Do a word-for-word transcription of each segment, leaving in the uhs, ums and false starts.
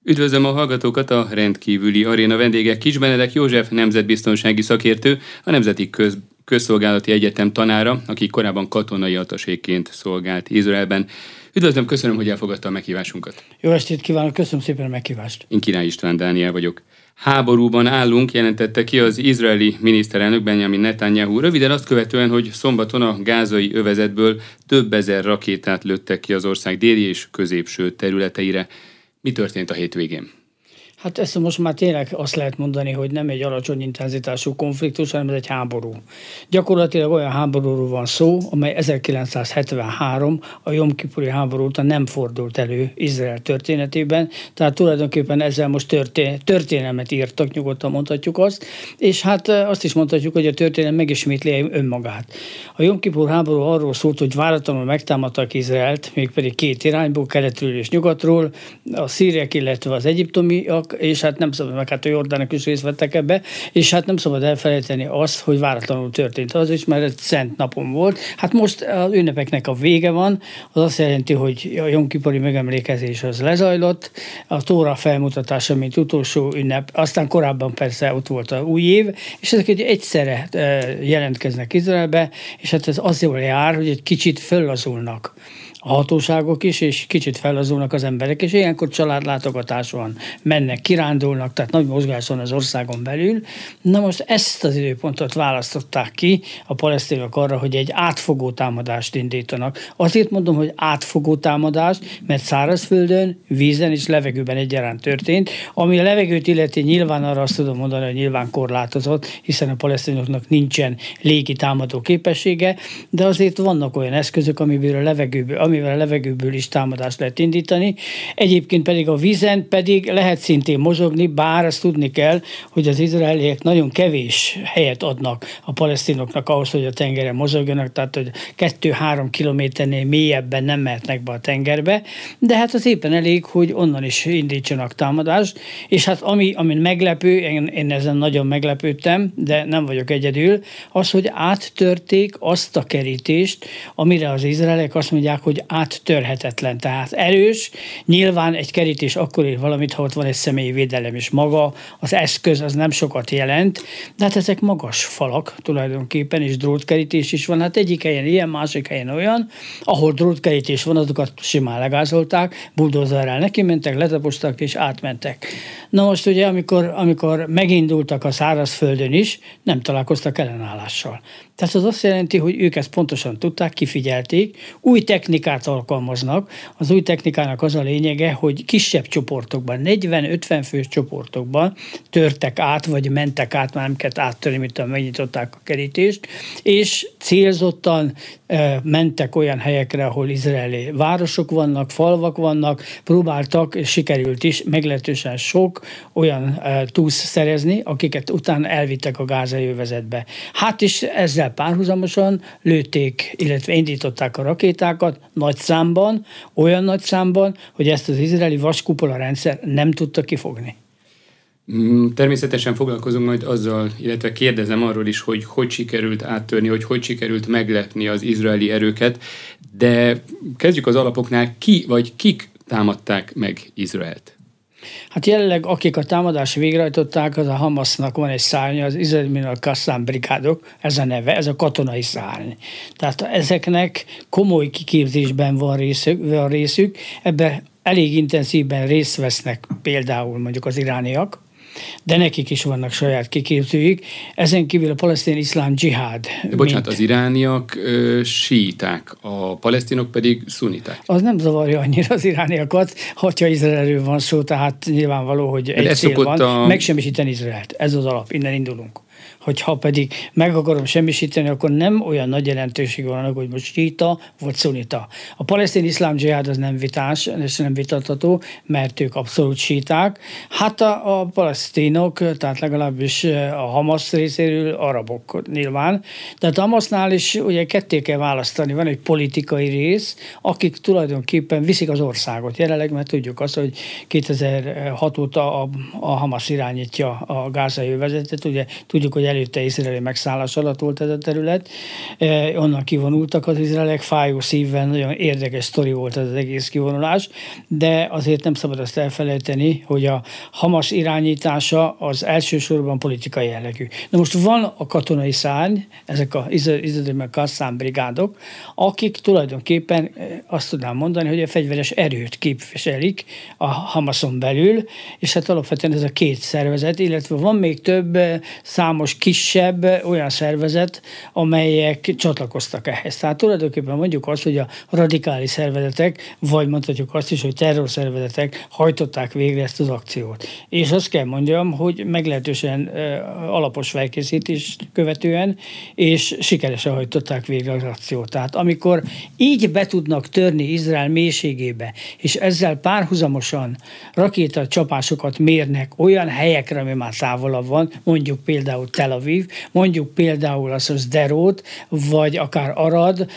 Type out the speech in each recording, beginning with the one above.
Üdvözlöm a hallgatókat, a rendkívüli aréna vendége Kiss Benedek József, nemzetbiztonsági szakértő, a Nemzeti Köz- Közszolgálati Egyetem tanára, aki korábban katonai ataségként szolgált Izraelben. Üdvözlöm, köszönöm, hogy elfogadta a meghívásunkat. Jó estét kívánok, köszönöm szépen a meghívást. Én Király István Dániel vagyok. Háborúban állunk, jelentette ki az izraeli miniszterelnök Benjamin Netanyahu. Röviden azt követően, hogy szombaton a gázai övezetből több ezer rakétát lőttek ki az ország déli és középső területeire. Mi történt a hétvégén? Hát ezt most már tényleg azt lehet mondani, hogy nem egy alacsony intenzitású konfliktus, hanem ez egy háború. Gyakorlatilag olyan háborúról van szó, amely ezerkilencszázhetvenhárom, a Jom Kipuri háború után nem fordult elő Izrael történetében, tehát tulajdonképpen ezzel most történ- történelmet írtak, nyugodtan mondhatjuk azt, és hát azt is mondhatjuk, hogy a történelem megismétli önmagát. A Jom Kipur háború arról szólt, hogy váratlanul megtámadtak Izraelt, mégpedig két irányból, keletről és nyugatról, a szíriek, illetve az egyiptomiak, és hát nem szabad, meg hát a jordánok is részt vettek ebbe, és hát nem szabad elfelejteni azt, hogy váratlanul történt az is, mert egy szent napon volt. Hát most az ünnepeknek a vége van, az azt jelenti, hogy a Jom Kipuri megemlékezés az lezajlott, a Tóra felmutatása, mint utolsó ünnep, aztán korábban persze ott volt az új év, és ezek egyszerre jelentkeznek Izraelbe, és hát ez azért jár, hogy egy kicsit föllazulnak a hatóságok is, és kicsit fellazulnak az emberek, és ilyenkor családlátogatás van, mennek, kirándulnak, tehát nagy mozgás van az országon belül. Na most ezt az időpontot választották ki a palesztinok arra, hogy egy átfogó támadást indítanak. Azért mondom, hogy átfogó támadás, mert szárazföldön, vízen és levegőben egyaránt történt. Ami a levegőt illeti, nyilván arra azt tudom mondani, hogy nyilván korlátozott, hiszen a palesztinoknak nincsen légi támadó képessége, de azért vannak olyan eszközök, amiből a levegőből, amivel a levegőből is támadást lehet indítani. Egyébként pedig a vízen pedig lehet szintén mozogni, bár azt tudni kell, hogy az izraeliek nagyon kevés helyet adnak a palesztinoknak ahhoz, hogy a tengeren mozogjanak, tehát hogy kettő-három kilométernél mélyebben nem mehetnek be a tengerbe, de hát az éppen elég, hogy onnan is indítsanak támadást, és hát ami, ami meglepő, én, én ezen nagyon meglepődtem, de nem vagyok egyedül, az, hogy áttörték azt a kerítést, amire az izraeliek azt mondják, hogy áttörhetetlen, tehát erős. Nyilván egy kerítés akkor ér valamit, ha ott van egy személyi védelem, és maga az eszköz az nem sokat jelent, de hát ezek magas falak tulajdonképpen, és drótkerítés is van. Hát egyik helyen ilyen, másik helyen olyan, ahol drótkerítés van, azokat simán legázolták, buldózerrel neki mentek, letapostak és átmentek. Na most ugye, amikor, amikor megindultak a szárazföldön is, nem találkoztak ellenállással. Tehát az azt jelenti, hogy ők ezt pontosan tudták, kifigyelték, új technikát alkalmaznak. Az új technikának az a lényege, hogy kisebb csoportokban, negyven-ötven fős csoportokban törtek át, vagy mentek át, már nem kellett áttörni, mint megnyitották a kerítést, és célzottan e, mentek olyan helyekre, ahol izraeli városok vannak, falvak vannak, próbáltak, és sikerült is meglehetősen sok olyan e, túsz szerezni, akiket utána elvittek a gázai övezetbe. Hát is ezzel párhuzamosan lőtték, illetve indították a rakétákat nagy számban, olyan nagy számban, hogy ezt az izraeli vaskupola rendszer nem tudta kifogni. Természetesen foglalkozunk majd azzal, illetve kérdezem arról is, hogy hogy sikerült áttörni, hogy hogy sikerült meglepni az izraeli erőket, de kezdjük az alapoknál, ki vagy kik támadták meg Izraelt? Hát jelenleg akik a támadást végrehajtották, az a Hamasnak van egy szárnya, az Izrael al-Qassam brigádok, ez a neve, ez a katonai szárny. Tehát ezeknek komoly kiképzésben van részük, van részük ebben elég intenzívben részt vesznek például mondjuk az irániak, de nekik is vannak saját kiképzőik. Ezen kívül a palesztin iszlám dzsihád. De bocsánat, mint... az irániak ö, síiták, a palesztinok pedig szuniták. Az nem zavarja annyira az irániakat, hogyha Izraelről van szó, tehát nyilvánvaló, hogy egy cél van, a... megsemmisíteni Izraelt. Ez az alap, innen indulunk. Hogyha pedig meg akarom semmisíteni, akkor nem olyan nagy jelentőség van, hogy most síita vagy szunita. A palesztin iszlám dzsihád az nem vitás, és nem vitatható, mert ők abszolút síták. Hát a, a palesztinok, tehát legalábbis a Hamas részéről arabok nyilván. Tehát a Hamasnál is ugye ketté kell választani. Van egy politikai rész, akik tulajdonképpen viszik az országot. Jelenleg, mert tudjuk azt, hogy kétezer-hat óta a, a Hamas irányítja a gázai övezetet. Ugye tudjuk, hogy előtte izraeli megszállás alatt volt ez a terület. Onnan kivonultak az izraelek, fájó szívvel, nagyon érdekes sztori volt ez az egész kivonulás, de azért nem szabad azt elfelejteni, hogy a Hamas irányítása az elsősorban politikai jellegű. Na most van a katonai szárny, ezek az izraeli Qassam brigádok, akik tulajdonképpen azt tudnám mondani, hogy a fegyveres erőt képviselik a Hamason belül, és hát alapvetően ez a két szervezet, illetve van még több számos kisebb olyan szervezet, amelyek csatlakoztak ehhez. Tehát tulajdonképpen mondjuk azt, hogy a radikális szervezetek, vagy mondhatjuk azt is, hogy terrorszervezetek hajtották végre ezt az akciót. És azt kell mondjam, hogy meglehetősen alapos felkészítést követően, és sikeresen hajtották végre az akciót. Tehát amikor így be tudnak törni Izrael mélységébe, és ezzel párhuzamosan rakétacsapásokat mérnek olyan helyekre, ami már távolabb van, mondjuk például Tel Aviv, mondjuk például az a Sderot, vagy akár Arad,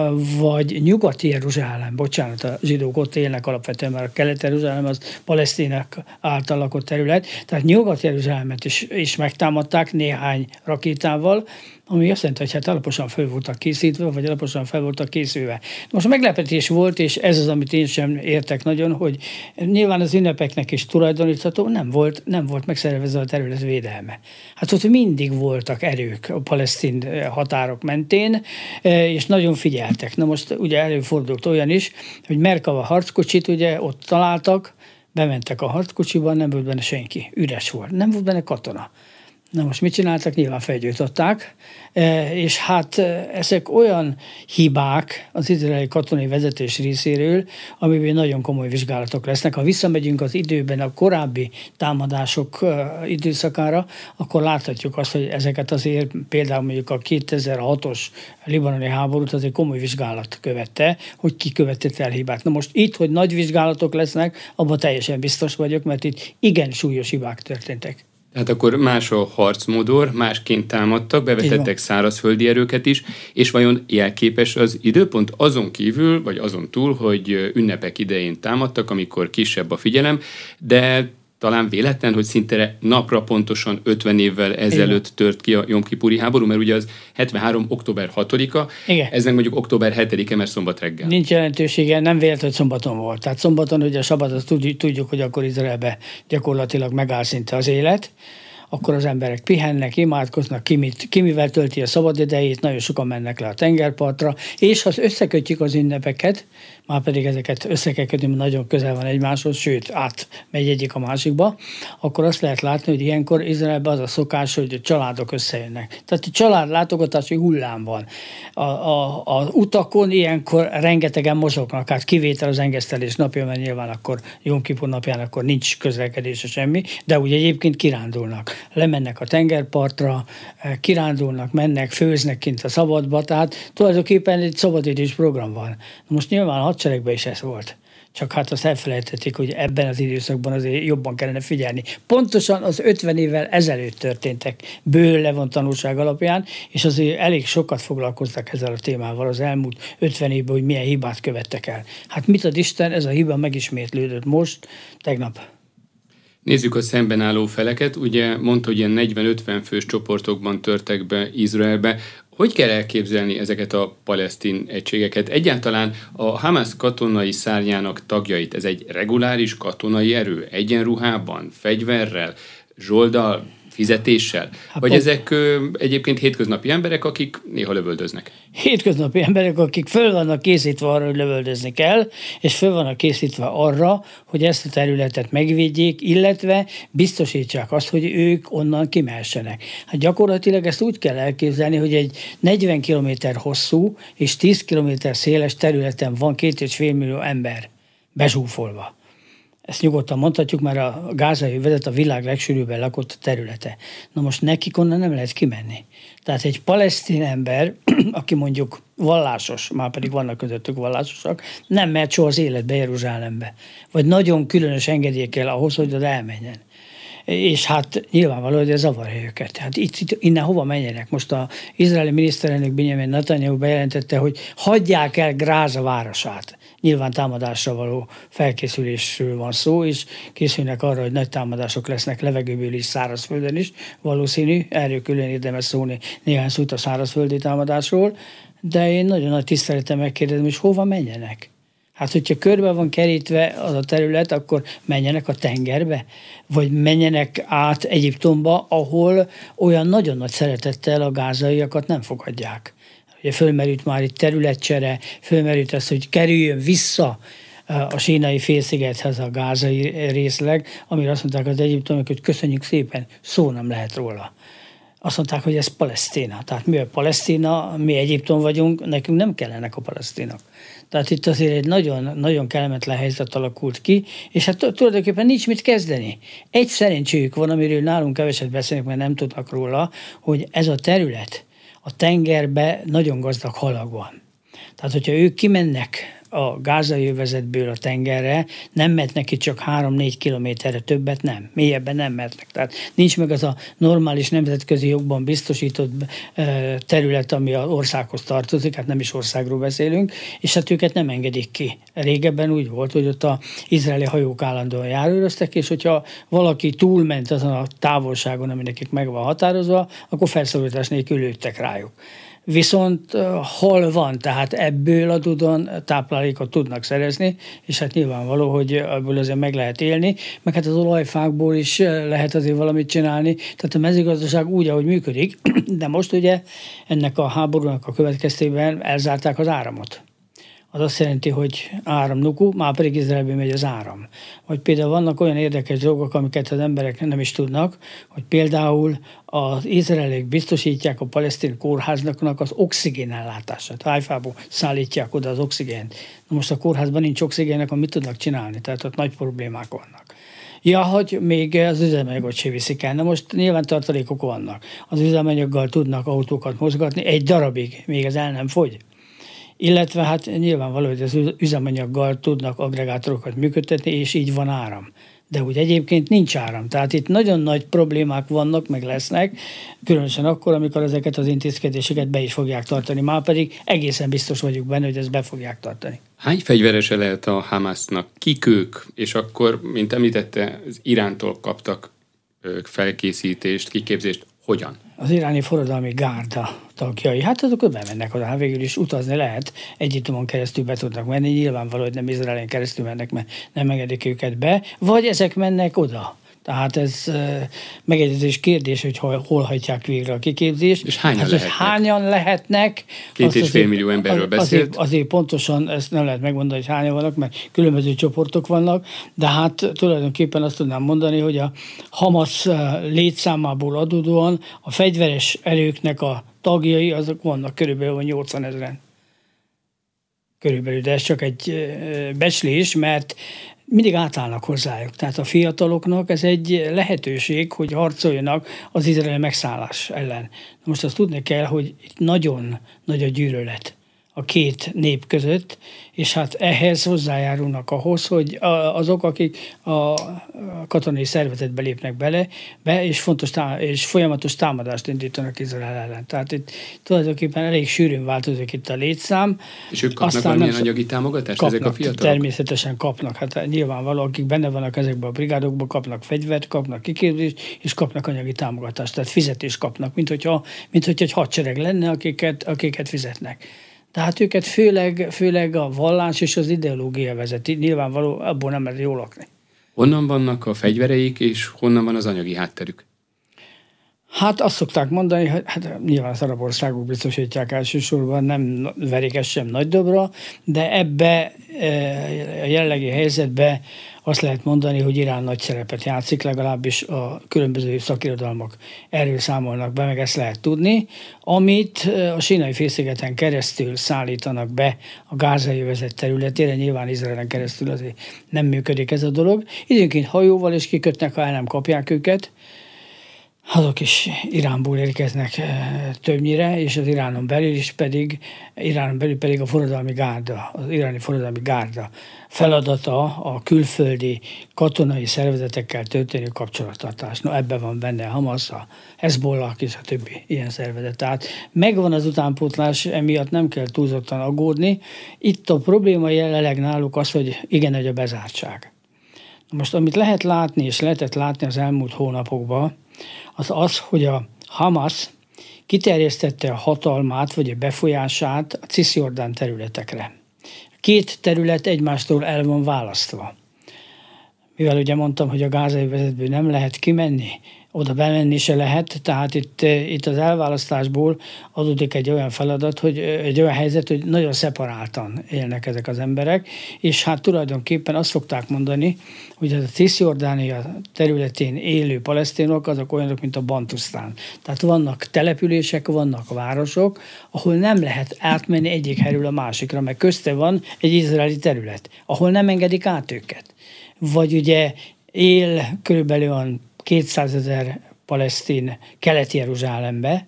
vagy Nyugat-Jeruzsálem, bocsánat, a zsidók ott élnek alapvetően, mert a Kelet-Jeruzsálem az palesztinek által lakott terület, tehát Nyugat-Jeruzsálemet is, is megtámadták néhány rakétával, ami azt jelenti, hogy hát alaposan fel voltak készítve, vagy alaposan fel voltak készülve. Most meglepetés volt, és ez az, amit én sem értek nagyon, hogy nyilván az ünnepeknek is tulajdonítható, nem volt, nem volt megszervezve a terület védelme. Hát ott mindig voltak erők a palesztin határok mentén, és nagyon figyeltek. Na most ugye előfordult olyan is, hogy Merkava harckocsit ugye ott találtak, bementek a harckocsiban, nem volt benne senki, üres volt, nem volt benne katona. Na most mit csináltak? Nyilván felgyújtották, és hát ezek olyan hibák az izraeli katonai vezetés részéről, amiben nagyon komoly vizsgálatok lesznek. Ha visszamegyünk az időben a korábbi támadások időszakára, akkor láthatjuk azt, hogy ezeket azért például mondjuk a kétezer-hatos libanoni háborút azért komoly vizsgálat követte, hogy ki követett el hibát. Na most itt, hogy nagy vizsgálatok lesznek, abban teljesen biztos vagyok, mert itt igen súlyos hibák történtek. Tehát akkor más a harcmodor, másként támadtak, bevetettek szárazföldi erőket is, és vajon jelképes az időpont azon kívül, vagy azon túl, hogy ünnepek idején támadtak, amikor kisebb a figyelem, de talán véletlen, hogy szinte napra pontosan ötven évvel ezelőtt tört ki a Jom Kipuri háború, mert ugye az hetvenhárom. október hatodika, igen. Ez meg mondjuk október hetedike, mert szombat reggel. Nincs jelentősége, nem véletlen, hogy szombaton volt. Tehát szombaton ugye a sabatot tudjuk, tudjuk, hogy akkor Izraelbe gyakorlatilag megáll szinte az élet, akkor az emberek pihennek, imádkoznak, ki, mit, ki mivel tölti a szabad idejét, nagyon sokan mennek le a tengerpartra, és ha összekötjük az ünnepeket, már pedig ezeket össze kell kötni, mert nagyon közel van egymáshoz, sőt, átmegy egyik a másikba, akkor azt lehet látni, hogy ilyenkor Izraelben az a szokás, hogy a családok összejönnek. Tehát a családlátogatási hullám van. A, a, a utakon ilyenkor rengetegen mozognak, hát kivétel az engesztelés napja, mert nyilván akkor Jom Kipur napján akkor nincs közlekedése semmi, de úgy egyébként kirándulnak. Lemennek a tengerpartra, kirándulnak, mennek, főznek kint a szabadba, tehát tulajdonképpen egy szabadidős program van. Most nyilván a hadseregben is ez volt. Csak hát azt elfelejtették, hogy ebben az időszakban azért jobban kellene figyelni. Pontosan az ötven évvel ezelőtt történtek ből levont tanulság alapján, és azért elég sokat foglalkoztak ezzel a témával az elmúlt ötven évben, hogy milyen hibát követtek el. Hát mit ad Isten, ez a hiba megismétlődött most, tegnap. Nézzük a szemben álló feleket. Ugye mondta, hogy ilyen negyven-ötven fős csoportokban törtek be Izraelbe. Hogy kell elképzelni ezeket a palesztin egységeket? Egyáltalán a Hamas katonai szárnyának tagjait, ez egy reguláris katonai erő, egyenruhában, fegyverrel, zsolddal, fizetéssel? Hát vagy pont... ezek ö, egyébként hétköznapi emberek, akik néha lövöldöznek? Hétköznapi emberek, akik föl vannak készítve arra, hogy lövöldözni kell, és föl vannak készítve arra, hogy ezt a területet megvédjék, illetve biztosítsák azt, hogy ők onnan kimehessenek. Hát gyakorlatilag ezt úgy kell elképzelni, hogy egy negyven kilométer hosszú és tíz kilométer széles területen van két és fél millió ember bezsúfolva. Ezt nyugodtan mondhatjuk, mert a gázai övezet a világ legsűrűbben lakott területe. Na most nekik onnan nem lehet kimenni. Tehát egy palesztin ember, aki mondjuk vallásos, már pedig vannak közöttük vallásosak, nem mehet soha az életbe Jeruzsálembe. Vagy nagyon különös engedély kell ahhoz, hogy oda elmenjen. És hát nyilvánvaló, hogy ez zavarja őket. Hát itt, itt, innen hova menjenek? Most az izraeli miniszterelnök Benjamin Netanyahu bejelentette, hogy hagyják el Gráza városát. nyilván támadásra való felkészülésről van szó, és készülnek arra, hogy nagy támadások lesznek levegőből is, szárazföldön is valószínű. Erről külön érdemes szólni néhány szót a szárazföldi támadásról, de én nagyon nagy tisztelettel megkérdezem, hogy hova menjenek. Hát, hogyha körbe van kerítve az a terület, akkor menjenek a tengerbe, vagy menjenek át Egyiptomba, ahol olyan nagyon nagy szeretettel a gázaiakat nem fogadják. Ugye fölmerült már itt területcsere, fölmerült az, hogy kerüljön vissza a sínai félszigethez a gázai részleg, amire azt mondták az egyiptomiak, hogy köszönjük szépen, szó nem lehet róla. Azt mondták, hogy ez Palesztina. Tehát mi a Palesztina, mi Egyiptom vagyunk, nekünk nem kellenek a palesztinak. Tehát itt azért egy nagyon, nagyon kellemetlen helyzet alakult ki, és hát tulajdonképpen nincs mit kezdeni. Egy szerencséjük van, amiről nálunk keveset beszélnek, mert nem tudnak róla, hogy ez a terület, a tengerbe nagyon gazdag halag van. Tehát, hogyha ők kimennek a gázai övezetből a tengerre, nem mehetnek itt csak három-négy kilométerre, többet nem, mélyebben nem mehetnek. Tehát nincs meg az a normális nemzetközi jogban biztosított terület, ami az országhoz tartozik, hát nem is országról beszélünk, és hát őket nem engedik ki. Régebben úgy volt, hogy ott az izraeli hajók állandóan járőröztek, és hogyha valaki túlment azon a távolságon, ami nekik meg van határozva, akkor felszólítás nélkül lőttek rájuk. Viszont hol van, tehát ebből adódóan táplálékot tudnak szerezni, és hát nyilvánvaló, hogy ebből azért meg lehet élni, meg hát az olajfákból is lehet azért valamit csinálni, tehát a mezőgazdaság úgy, ahogy működik, de most ugye ennek a háborúnak a következtében elzárták az áramot. Az azt jelenti, hogy áramnuku, már pedig Izraelből megy az áram. Vagy például vannak olyan érdekes dolgok, amiket az emberek nem is tudnak, hogy például az izraeliek biztosítják a palesztin kórháznak az oxigénellátását. Hajfából szállítják oda az oxigént. Na most a kórházban nincs oxigénnek, akkor mit tudnak csinálni? Tehát ott nagy problémák vannak. Ja, hogy még az üzemanyagot se viszik el. Na most nyilván tartalékok vannak. Az üzemanyaggal tudnak autókat mozgatni egy darabig, még ez el nem fogy. Illetve hát nyilvánvaló, hogy az üzemanyaggal tudnak aggregátorokat működtetni, és így van áram. De úgy egyébként nincs áram. Tehát itt nagyon nagy problémák vannak, meg lesznek, különösen akkor, amikor ezeket az intézkedéseket be is fogják tartani. Már pedig egészen biztos vagyok benne, hogy ezt be fogják tartani. Hány fegyverese lehet a Hamásznak? Kik ők? És akkor, mint említette, az Irántól kaptak felkészítést, kiképzést. Hogyan? Az iráni forradalmi gárda tagjai, hát azok bemennek oda, hát végül is utazni lehet, Egyiptomon keresztül be tudnak menni, nyilvánvaló, hogy nem Izraelen keresztül mennek, mert nem engedik őket be, vagy ezek mennek oda. Tehát ez uh, megegyezés kérdés, hogy hol, hol hajtják végre a kiképzést. És hányan hát, lehetnek? Hányan lehetnek? Két és fél millió emberről beszélt. Azért, azért pontosan ezt nem lehet megmondani, hogy hányan vannak, mert különböző csoportok vannak, de hát tulajdonképpen azt tudnám mondani, hogy a Hamasz létszámából adódóan a fegyveres erőknek a tagjai, azok vannak körülbelül nyolcvanezren. Körülbelül, de ez csak egy becslés, mert mindig átállnak hozzájuk. Tehát a fiataloknak ez egy lehetőség, hogy harcoljanak az izraeli megszállás ellen. Most azt tudni kell, hogy itt nagyon nagy a gyűlölet a két nép között, és hát ehhez hozzájárulnak ahhoz, hogy azok, akik a katonai szervezetbe lépnek bele, be, és, fontos tá- és folyamatos támadást indítanak Izrael ellen. Tehát itt tulajdonképpen elég sűrűn változik itt a létszám. És ők kapnak valamilyen anyagi támogatást, kapnak, ezek a fiatalok? Természetesen kapnak. Hát nyilvánvaló, akik benne vannak ezekben a brigádokban, kapnak fegyvert, kapnak kiképzést, és kapnak anyagi támogatást. Tehát fizetést kapnak, mint hogyha, mint hogyha egy hadsereg lenne, akiket, akiket fizetnek. Tehát őket főleg, főleg a vallás és az ideológia vezeti. Nyilvánvaló, abból nem lehet jól lakni. Honnan vannak a fegyvereik, és honnan van az anyagi hátterük? Hát azt szokták mondani, hogy hát nyilván az arab országok biztosítják elsősorban, nem verik ezt sem nagy dobra, de ebbe a jelenlegi helyzetbe azt lehet mondani, hogy Irán nagy szerepet játszik, legalábbis a különböző szakirodalmak erről számolnak be, meg ezt lehet tudni, amit a sínai félszigeten keresztül szállítanak be a gázai övezet területére, nyilván Izraelen keresztül azért nem működik ez a dolog. Időnként hajóval is kikötnek, ha el nem kapják őket, azok is Iránból érkeznek többnyire, és az Iránon belül is pedig, Iránon belül pedig a forradalmi gárda, az iráni forradalmi gárda feladata a külföldi katonai szervezetekkel történő kapcsolattartás. No, ebben van benne a Hamas, a Hezbollah és a többi ilyen szervezet. Tehát megvan az utánpótlás, emiatt nem kell túlzottan aggódni. Itt a probléma jelenleg náluk az, hogy igen nagy a bezártság. Most amit lehet látni, és lehetett látni az elmúlt hónapokban, az az, hogy a Hamas kiterjesztette a hatalmát, vagy a befolyását a Cisjordán területekre. Két terület egymástól el van választva. Mivel ugye mondtam, hogy a gázai övezetből nem lehet kimenni, oda bemenni se lehet, tehát itt, itt az elválasztásból adódik egy olyan feladat, hogy egy olyan helyzet, hogy nagyon szeparáltan élnek ezek az emberek, és hát tulajdonképpen azt szokták mondani, hogy a Cisjordánia területén élő palesztinok azok olyanok, mint a Bantusztán. Tehát vannak települések, vannak városok, ahol nem lehet átmenni egyik helyről a másikra, mert közte van egy izraeli terület, ahol nem engedik át őket. Vagy ugye él körülbelül olyan kétszázezer palesztin Kelet-Jeruzsálembe,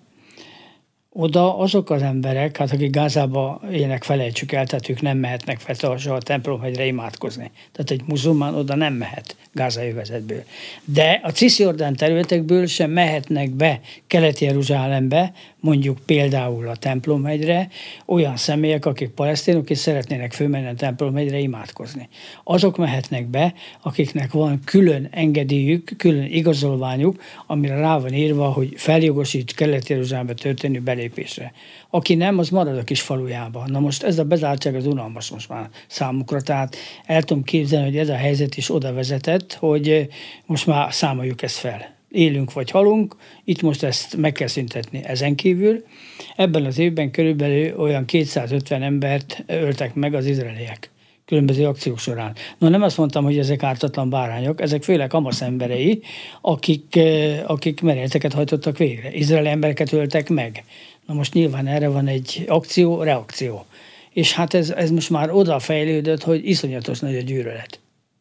oda azok az emberek, hát akik Gázába élnek, felejtsük el, tehát ők nem mehetnek fel a templomhegyre imádkozni. Tehát egy muzulmán oda nem mehet gázai övezetből. De a Cisjordán területekből sem mehetnek be Kelet-Jeruzsálembe, mondjuk például a templomhegyre, olyan személyek, akik palesztinok, és szeretnének fölmenni a templomhegyre imádkozni. Azok mehetnek be, akiknek van külön engedélyük, külön igazolványuk, amire rá van írva, hogy feljogosít Kelet-Jeruzsálembe történő belépésre. Aki nem, az marad a kis falujában. Na most ez a bezártság az unalmas most már számukra, tehát el tudom képzelni, hogy ez a helyzet is oda vezetett, hogy most már számoljuk ezt fel. Élünk vagy halunk, itt most ezt meg kell szüntetni. Ezen kívül ebben az évben körülbelül olyan kétszázötven embert öltek meg az izraeliek különböző akciók során. No, nem azt mondtam, hogy ezek ártatlan bárányok, ezek főleg Hamas emberei, akik, akik merényleteket hajtottak végre. Izraeli embereket öltek meg. Na most nyilván erre van egy akció, reakció. És hát ez, ez most már oda fejlődött, hogy iszonyatos nagy a gyűlölet.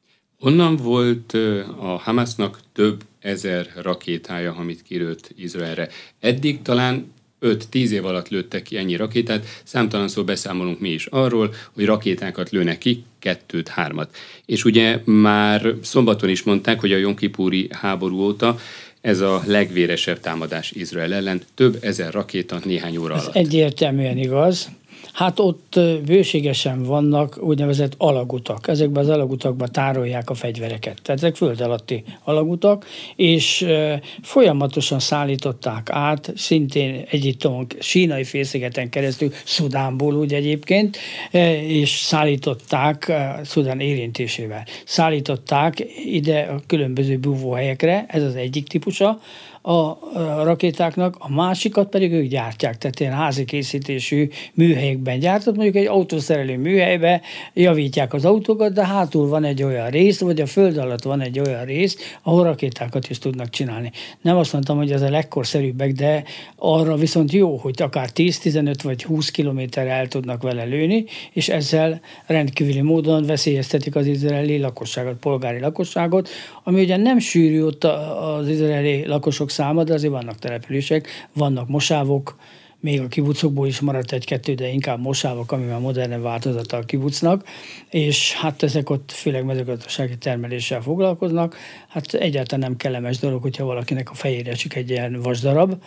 Onnan volt a Hamasnak több ezer rakétája, amit kilőtt Izraelre. Eddig talán öt-tíz év alatt lőttek ki ennyi rakétát, számtalanszor beszámolunk mi is arról, hogy rakétákat lőnek ki, kettőt, hármat. És ugye már szombaton is mondták, hogy a Jom Kipuri háború óta ez a legvéresebb támadás Izrael ellen, több ezer rakéta néhány óra alatt. Ez egyértelműen igaz. Hát ott bőségesen vannak úgynevezett alagutak. Ezekben az alagutakban tárolják a fegyvereket. Tehát ezek föld alatti alagutak, és folyamatosan szállították át, szintén Egyiptomon, Sínai félszigeten keresztül, Szudánból úgy egyébként, és szállították, Szudán érintésével, szállították ide a különböző búvóhelyekre, ez az egyik típusa a rakétáknak, a másikat pedig ők gyártják, tehát ilyen házi készítésű műhelyekben gyártott, mondjuk egy autószerelő műhelybe javítják az autókat, de hátul van egy olyan rész, vagy a föld alatt van egy olyan rész, ahol rakétákat is tudnak csinálni. Nem azt mondtam, hogy ez a legkorszerűbbek, de arra viszont jó, hogy akár tíz, tizenöt vagy húsz kilométerre el tudnak vele lőni, és ezzel rendkívüli módon veszélyeztetik az izraeli lakosságot, polgári lakosságot, ami ugye nem sűrű ott az izraeli lakosok száma, de azért vannak települések, vannak mosávok, még a kibucokból is maradt egy-kettő, de inkább mosávok, ami már modern változata a kibucnak, és hát ezek ott főleg mezőgazdasági termeléssel foglalkoznak. Hát egyáltalán nem kellemes dolog, hogyha valakinek a fejére esik egy ilyen vasdarab,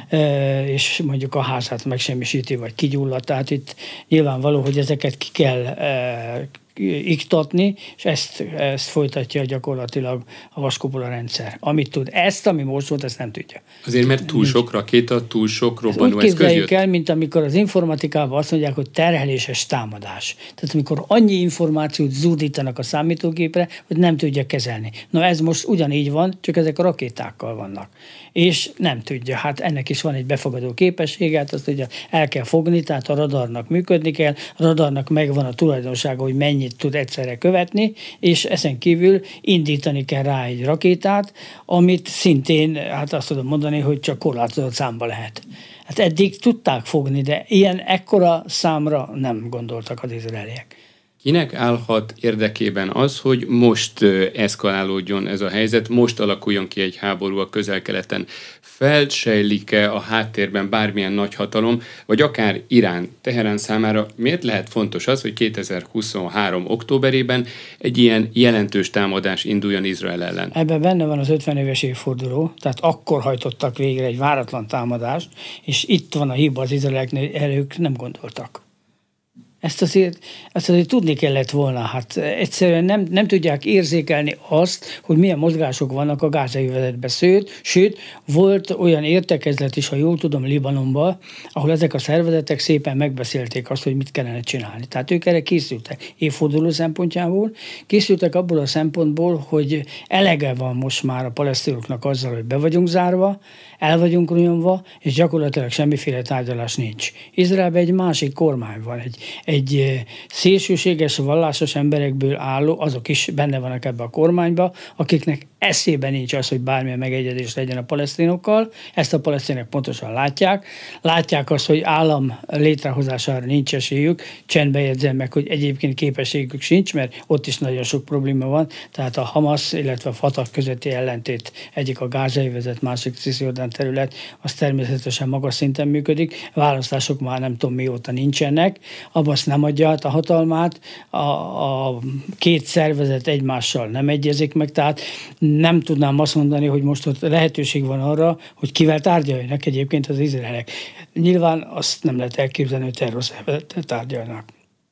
és mondjuk a házát megsemmisíti, vagy kigyullad. Tehát itt nyilvánvaló, hogy ezeket ki kell iktatni, és ezt, ezt folytatja gyakorlatilag a vaskupola rendszer. Amit tud, ezt, ami most volt, ezt nem tudja. Azért, mert túl sok rakéta, túl sok robbanó eszköz jött. Úgy képzeljük el, mint amikor az informatikában azt mondják, hogy terheléses támadás. Tehát amikor annyi információt zúdítanak a számítógépre, hogy nem tudja kezelni. Na ez most ugyanígy van, csak ezek a rakétákkal vannak. És nem tudja. Hát ennek is van egy befogadó képessége, hát azt ugye el kell fogni, tehát a radarnak működni kell, a radarnak megvan a tulajdonsága, hogy mennyit tud egyszerre követni, és ezen kívül indítani kell rá egy rakétát, amit szintén, hát azt tudom mondani, hogy csak korlátozott számba lehet. Hát eddig tudták fogni, de ilyen ekkora számra nem gondoltak az izraeliek. Kinek állhat érdekében az, hogy most eszkalálódjon ez a helyzet, most alakuljon ki egy háború a Közel-Keleten? Felsejlik-e a háttérben bármilyen nagyhatalom, vagy akár Irán, Teherán számára miért lehet fontos az, hogy kétezer-huszonhárom októberében egy ilyen jelentős támadás induljon Izrael ellen? Ebben benne van az ötven éves évforduló, tehát akkor hajtottak végre egy váratlan támadást, és itt van a hiba az izraelieknél, elők nem gondoltak. Ezt azért, ezt azért tudni kellett volna. Hát egyszerűen nem, nem tudják érzékelni azt, hogy milyen mozgások vannak a gázai övezetben. Sőt, sőt, volt olyan értekezlet is, ha jól tudom, Libanonban, ahol ezek a szervezetek szépen megbeszélték azt, hogy mit kellene csinálni. Tehát ők erre készültek évforduló szempontjából, készültek abból a szempontból, hogy elege van most már a palesztinoknak azzal, hogy be vagyunk zárva, el vagyunk nyomva, és gyakorlatilag semmiféle tárgyalás nincs. Izraelben egy másik kormány van, egy, egy szélsőséges, vallásos emberekből álló, azok is benne vannak ebbe a kormányba, akiknek eszében nincs az, hogy bármilyen megegyezés legyen a palesztinokkal. Ezt a palesztinek pontosan látják. Látják azt, hogy állam létrehozására nincs esélyük. Csendbe jegyzem meg, hogy egyébként képességük sincs, mert ott is nagyon sok probléma van. Tehát a Hamas, illetve a Fatah közötti ellentét, egyik a gázai övezet, másik Cisjordán terület, az természetesen magas szinten működik. Választások már nem tudom mióta nincsenek. Abbas nem adja át a hatalmát. A, a két szervezet egymással nem egyezik meg, tehát nem tudnám azt mondani, hogy most ott lehetőség van arra, hogy kivel tárgyaljanak egyébként az izraelek. Nyilván azt nem lehet elképzelni, hogy terrorszervezettel tárgyalnak.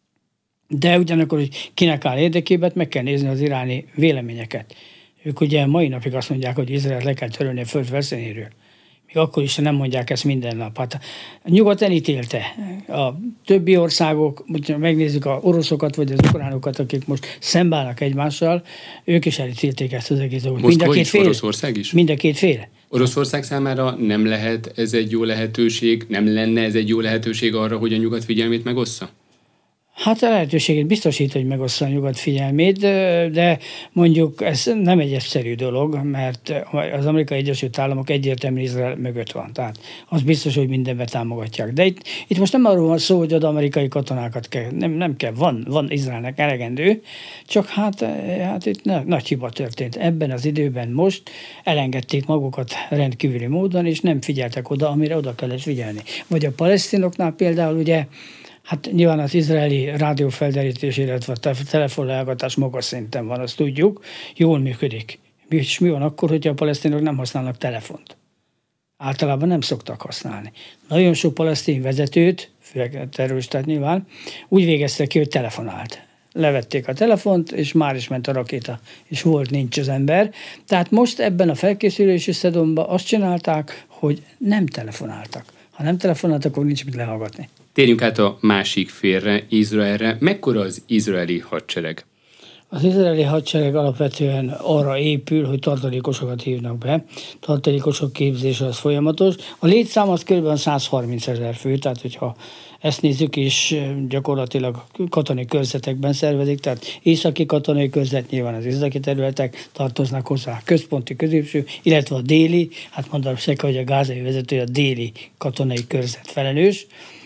De ugyanakkor, hogy kinek áll érdekében, meg kell nézni az iráni véleményeket. Ők ugye mai napig azt mondják, hogy Izraelt le kell törölni a föld felszínéről. Még akkor is nem mondják ezt minden nap. Hát a nyugat elítélte. A többi országok, hogyha megnézzük az oroszokat vagy az ukránokat, akik most szembeállnak egymással, ők is elítélték ezt az egész dolgot. Mind a két fél. Oroszország is? Mind a két fél. Oroszország számára nem lehet ez egy jó lehetőség, nem lenne ez egy jó lehetőség arra, hogy a nyugat figyelmét megossza? Hát a lehetőséget biztosít, hogy megossza a nyugat figyelmét, de mondjuk ez nem egy egyszerű dolog, mert az Amerikai Egyesült Államok egyértelműen Izrael mögött van. Tehát az biztos, hogy mindenben támogatják. De itt, itt most nem arról van szó, hogy az amerikai katonákat kell, nem, nem kell, van, van Izraelnek elegendő, csak hát, hát itt nagy hiba történt. Ebben az időben most elengedték magukat rendkívüli módon, és nem figyeltek oda, amire oda kellett figyelni. Vagy a palesztinoknál például ugye hát nyilván az izraeli rádiófelderítés, illetve a telefonlehallgatás magas szinten van, azt tudjuk, jól működik. És mi van akkor, hogyha a palesztinok nem használnak telefont? Általában nem szoktak használni. Nagyon sok palesztin vezetőt, főleg terroristát nyilván, úgy végeztek ki, hogy telefonált. Levették a telefont, és már is ment a rakéta, és volt, nincs az ember. Tehát most ebben a felkészülési szezonban azt csinálták, hogy nem telefonáltak. Ha nem telefonáltak, akkor nincs mit lehallgatni. Térjünk át a másik félre, Izraelre. Mekkora az izraeli hadsereg? Az izraeli hadsereg alapvetően arra épül, hogy tartalékosokat hívnak be. Tartalékosok képzése az folyamatos. A létszám az kb. százharminc ezer fő, tehát hogyha ezt nézzük is, gyakorlatilag katonai körzetekben szervezik, tehát északi katonai körzet, nyilván az északi területek tartoznak hozzá, központi, középső, illetve a déli, hát mondom szeke, hogy a gázai vezető a déli katonai körzet felelős.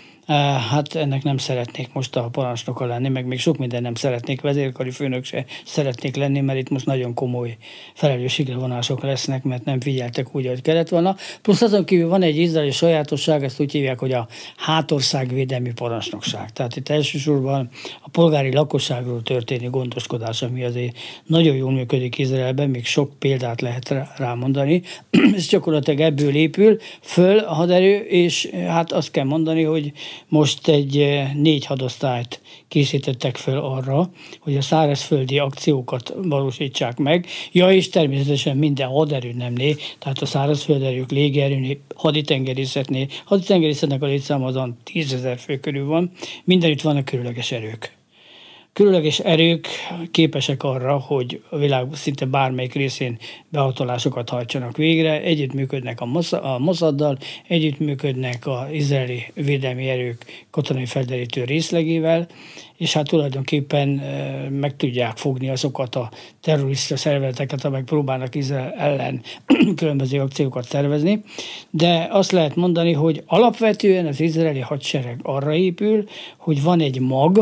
Hát ennek nem szeretnék most a parancsnoka lenni, meg még sok minden nem szeretnék, vezérkari főnök se szeretnék lenni, mert itt most nagyon komoly felelősségre vonások lesznek, mert nem figyeltek úgy, ahogy kellett volna. Plusz azon kívül van egy izraeli sajátosság, ezt úgy hívják, hogy a hátországvédelmi parancsnokság. Tehát itt elsősorban a polgári lakosságról történő gondoskodás, ami azért nagyon jól működik Izraelben, még sok példát lehet rámondani. Ez gyakorlatilag ebből épül föl a haderő, és hát azt kell mondani, hogy most egy négy hadosztályt készítettek fel arra, hogy a szárazföldi akciókat valósítsák meg. Ja, és természetesen minden haderő nemné, tehát a szárazfölderők, légierőnél, haditengerészetnél. Haditengerészetnek a létszáma azon tízezer fő körül van, mindenütt vannak különleges erők. Különleges erők képesek arra, hogy a világ szinte bármelyik részén behatolásokat hajtsanak végre, együttműködnek a Mossaddal, együttműködnek az izraeli védelmi erők katonai felderítő részlegével, és hát tulajdonképpen meg tudják fogni azokat a terrorista szervezeteket, amelyek próbálnak Izrael ellen különböző akciókat szervezni. De azt lehet mondani, hogy alapvetően az izraeli hadsereg arra épül, hogy van egy mag,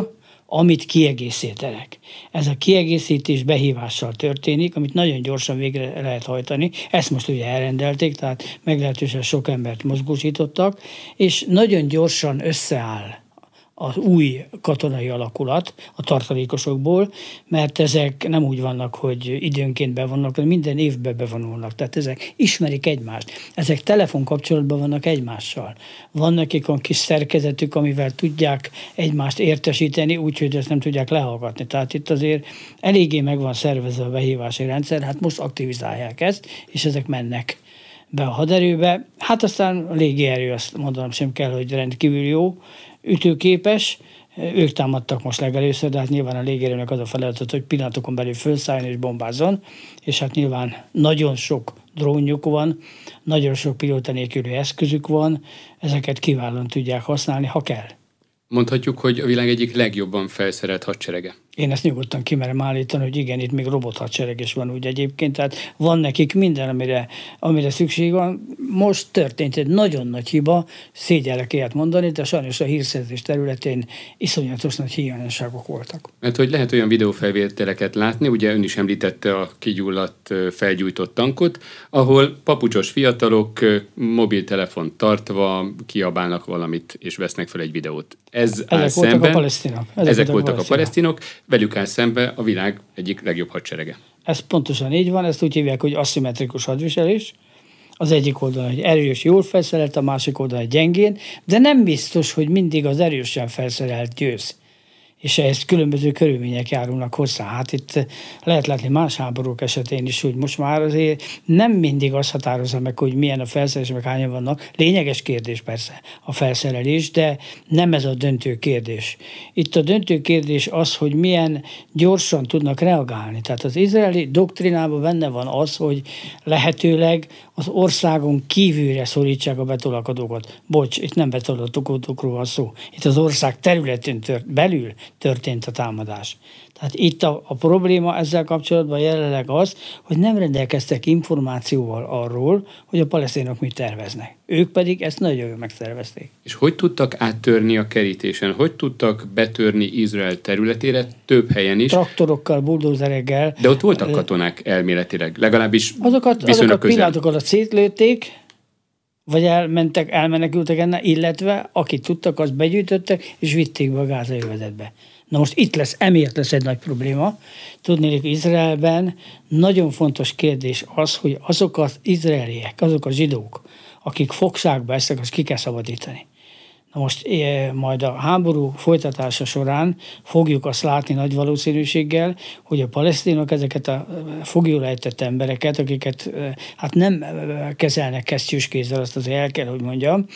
amit kiegészítenek. Ez a kiegészítés behívással történik, amit nagyon gyorsan végre lehet hajtani. Ezt most ugye elrendelték, tehát meglehetősen sok embert mozgósítottak, és nagyon gyorsan összeáll az új katonai alakulat a tartalékosokból, mert ezek nem úgy vannak, hogy időnként bevonnak, hanem minden évben bevonulnak. Tehát ezek ismerik egymást. Ezek telefonkapcsolatban vannak egymással. Van nekik olyan kis szerkezetük, amivel tudják egymást értesíteni, úgyhogy ezt nem tudják lehallgatni. Tehát itt azért eléggé meg van szervezve a behívási rendszer, hát most aktivizálják ezt, és ezek mennek be a haderőbe. Hát aztán a légierő, azt mondanom sem kell, hogy rendkívül jó, ütőképes, ők támadtak most legelőször, de hát nyilván a légierőnek az a feladat, hogy pillanatokon belül felszálljon és bombázzon, és hát nyilván nagyon sok drónjuk van, nagyon sok pilóta nélküli eszközük van, ezeket kiválóan tudják használni, ha kell. Mondhatjuk, hogy a világ egyik legjobban felszerelt hadserege. Én ezt nyugodtan kimerem állítani, hogy igen, itt még robothadsereg is van úgy egyébként, tehát van nekik minden, amire, amire szükség van. Most történt egy nagyon nagy hiba, szégyellek ilyet mondani, de sajnos a hírszerzés területén iszonyatos nagy hiányosságok voltak. Mert hogy lehet olyan videófelvételeket látni, ugye ön is említette a kigyulladt, felgyújtott tankot, ahol papucsos fiatalok mobiltelefont tartva kiabálnak valamit, és vesznek fel egy videót. Ez Ezek áll voltak szemben, a palesztinok. Ezek, ezek voltak a palesztinok, velük áll szembe a világ egyik legjobb hadserege. Ez pontosan így van, ezt úgy hívják, hogy aszimmetrikus hadviselés. Az egyik oldalon egy erős, jól felszerelt, a másik oldalon egy gyengén, de nem biztos, hogy mindig az erősen felszerelt győz. És ehhez különböző körülmények járulnak hozzá. Hát itt lehet látni más háborúk esetén is, hogy most már azért nem mindig azt határozza meg, hogy milyen a felszerelés, meg hányan vannak. Lényeges kérdés persze a felszerelés, de nem ez a döntő kérdés. Itt a döntő kérdés az, hogy milyen gyorsan tudnak reagálni. Tehát az izraeli doktrinában benne van az, hogy lehetőleg az országon kívülre szorítsák a betolakodókat. Bocs, itt nem betolakodókról van szó. Itt az ország területén tört, belül történt a támadás. Tehát itt a, a probléma ezzel kapcsolatban jelenleg az, hogy nem rendelkeztek információval arról, hogy a palesztinok mit terveznek. Ők pedig ezt nagyon jól megszervezték. És hogy tudtak áttörni a kerítésen? Hogy tudtak betörni Izrael területére több helyen is? Traktorokkal, buldózerekkel. De ott voltak katonák elméletileg, legalábbis azokat, viszonylag azokat közel. pillanatokat szétlőtték, vagy elmentek, elmenekültek ennek, illetve akit tudtak, azt begyűjtöttek, és vitték be a gázai övezetbe. Na most itt lesz, emiatt lesz egy nagy probléma. Tudni, hogy Izraelben nagyon fontos kérdés az, hogy azok az izraeliek, azok a zsidók, akik fogságba estek, azt ki kell szabadítani. Na most majd a háború folytatása során fogjuk azt látni nagy valószínűséggel, hogy a palesztinok ezeket a foglyul ejtett embereket, akiket hát nem kezelnek kesztyűs kézzel, azt azért el kell, hogy mondjam,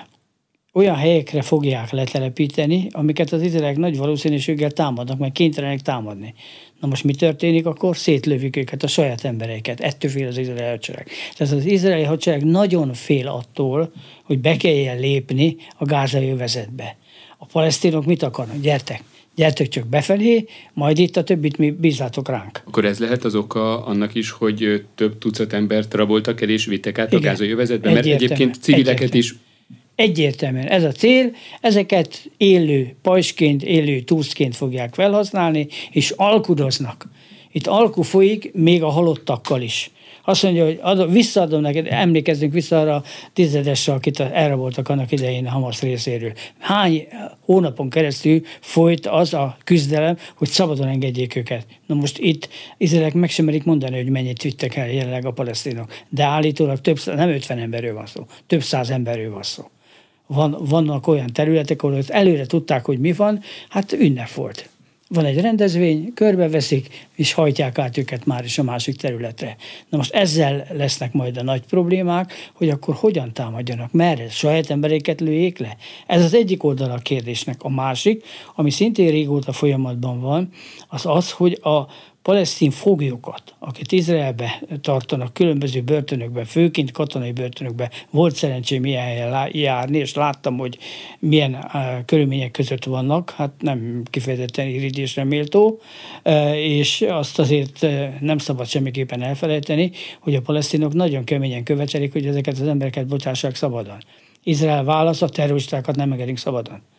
olyan helyekre fogják letelepíteni, amiket az izraeliek nagy valószínűséggel támadnak, mert kénytelenek támadni. Na most mi történik? Akkor szétlövik őket, a saját embereiket. Ettől fél az izraeli hadsereg. Tehát az izraeli hadsereg nagyon fél attól, hogy be kelljen lépni a gázai övezetbe. A palesztinok mit akarnak? Gyertek! Gyertek csak befelé, majd itt a többit mi bízzátok ránk. Akkor ez lehet az oka annak is, hogy több tucat embert raboltak el és vittek át a gázai övezetbe, mert egyébként civileket is. Egyértelműen ez a cél, ezeket élő pajsként, élő túszként fogják felhasználni, és alkudoznak. Itt alku folyik még a halottakkal is. Azt mondja, hogy adom, visszaadom neked, emlékezzünk vissza arra a tizedesre, akit elraboltak annak idején a Hamasz részéről. Hány hónapon keresztül folyt az a küzdelem, hogy szabadon engedjék őket. Na most itt izraelek meg sem merik mondani, hogy mennyit vittek el jelenleg a palesztinok. De állítólag több, nem ötven emberről van szó, több száz emberről van szó. Van, vannak olyan területek, ahol előre tudták, hogy mi van, hát ünnep volt. Van egy rendezvény, körbeveszik, és hajtják át őket már is a másik területre. Na most ezzel lesznek majd a nagy problémák, hogy akkor hogyan támadjanak, merre, saját embereket lőjék le. Ez az egyik oldala a kérdésnek. A másik, ami szintén régóta folyamatban van, az az, hogy a palesztin foglyokat, akit Izraelbe tartanak különböző börtönökben, főként katonai börtönökben, volt szerencsém ilyen helyen járni, és láttam, hogy milyen uh, körülmények között vannak, hát nem kifejezetten irigylésre méltó, uh, és azt azért uh, nem szabad semmiképpen elfelejteni, hogy a palesztinok nagyon keményen követelik, hogy ezeket az embereket bocsássák szabadon. Izrael válasz, a terroristákat nem engedünk szabadon.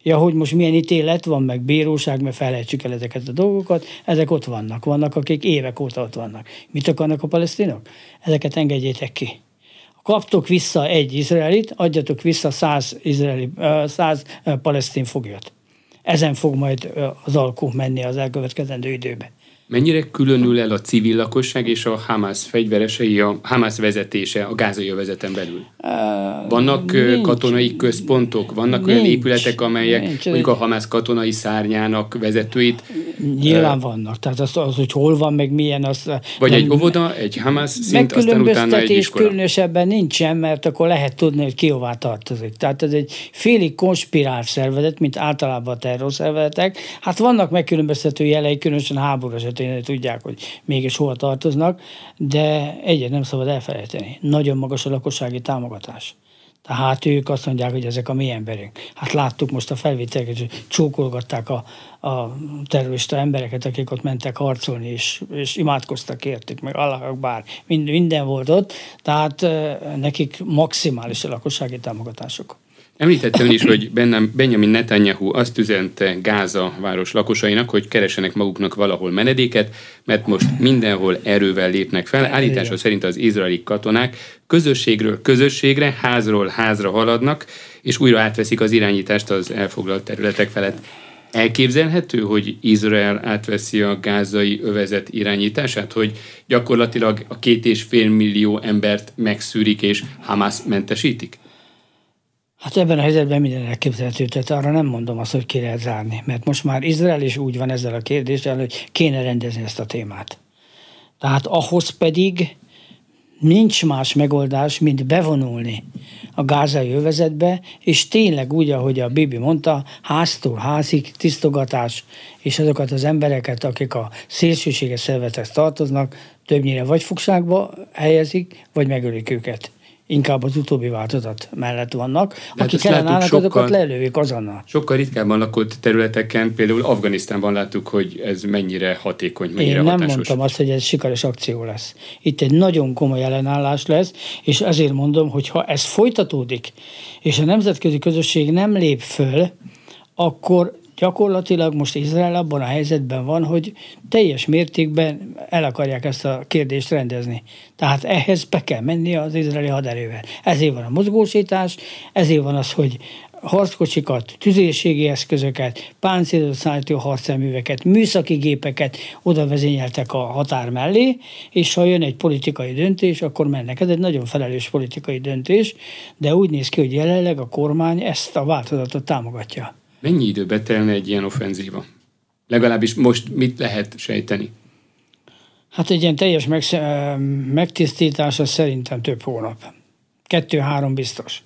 Ja, hogy most milyen ítélet van, meg bíróság, mert felejtsük el ezeket a dolgokat, ezek ott vannak. Vannak, akik évek óta ott vannak. Mit akarnak a palesztinok? Ezeket engedjétek ki. Kaptok vissza egy izraelit, adjatok vissza száz, izraeli, száz palesztin foglyot. Ezen fog majd az alkú menni az elkövetkezendő időbe. Mennyire különül el a civil lakosság és a Hamász fegyveresei, a Hamász vezetése a gázai övezeten belül? Vannak nincs, katonai központok, vannak nincs, olyan épületek, amelyek nincs, mondjuk a Hamász katonai szárnyának vezetőit... Nyilván uh, vannak, tehát az, az, hogy hol van, meg milyen... Az, vagy nem, egy óvoda, egy Hamász szint, aztán utána egy iskola. Különösebben nincsen, mert akkor lehet tudni, hogy ki hová tartozik. Tehát ez egy félig konspirált szervezet, mint általában a terrorszervezetek. Hát vannak megkülönböztető jelei, különösen háború esetén tudják, hogy mégis hova tartoznak, de egyet nem szabad elfelejteni. Nagyon magas a lakossági támogatás. Tehát ők azt mondják, hogy ezek a mi emberünk. Hát láttuk most a felvételeket, hogy csókolgatták a, a terrorista embereket, akik ott mentek harcolni, és, és imádkoztak értük, meg Allah akbar, mind, minden volt ott, tehát nekik maximális a lakossági támogatások. Említettem is, hogy Benjamin Netanyahu azt üzente Gáza város lakosainak, hogy keresenek maguknak valahol menedéket, mert most mindenhol erővel lépnek fel. Állítása szerint az izraeli katonák közösségről közösségre, házról házra haladnak, és újra átveszik az irányítást az elfoglalt területek felett. Elképzelhető, hogy Izrael átveszi a gázai övezet irányítását, hogy gyakorlatilag a két és fél millió embert megszűrik és Hamász mentesítik? Hát ebben a helyzetben minden elképzelhető, tehát arra nem mondom azt, hogy ki lehet zárni, mert most már Izrael is úgy van ezzel a kérdéssel, hogy kéne rendezni ezt a témát. Tehát ahhoz pedig nincs más megoldás, mint bevonulni a gázai övezetbe, és tényleg úgy, ahogy a Bibi mondta, háztól házig tisztogatás, és azokat az embereket, akik a szélsőséges szervezethez tartoznak, többnyire vagy fogságba helyezik, vagy megölik őket. Inkább az utóbbi változat mellett vannak. De akik ellenállnak, sokkal, azokat lelőik azonnal. Sokkal ritkábban lakott területeken, például Afganisztánban láttuk, hogy ez mennyire hatékony, mennyire Én nem hatásos. mondtam azt, hogy ez sikeres akció lesz. Itt egy nagyon komoly ellenállás lesz, és ezért mondom, hogy ha ez folytatódik, és a nemzetközi közösség nem lép föl, akkor gyakorlatilag most Izrael abban a helyzetben van, hogy teljes mértékben el akarják ezt a kérdést rendezni. Tehát ehhez be kell menni az izraeli haderővel. Ezért van a mozgósítás, ezért van az, hogy harckocsikat, tüzérségi eszközöket, páncélozott szállító harcjárműveket, műszaki gépeket oda vezényeltek a határ mellé, és ha jön egy politikai döntés, akkor mennek. Ez egy nagyon felelős politikai döntés, de úgy néz ki, hogy jelenleg a kormány ezt a változatot támogatja. Mennyi időbe telne egy ilyen offenzíva? Legalábbis most mit lehet sejteni? Hát egy ilyen teljes megtisztítása szerintem több hónap. Kettő-három biztos.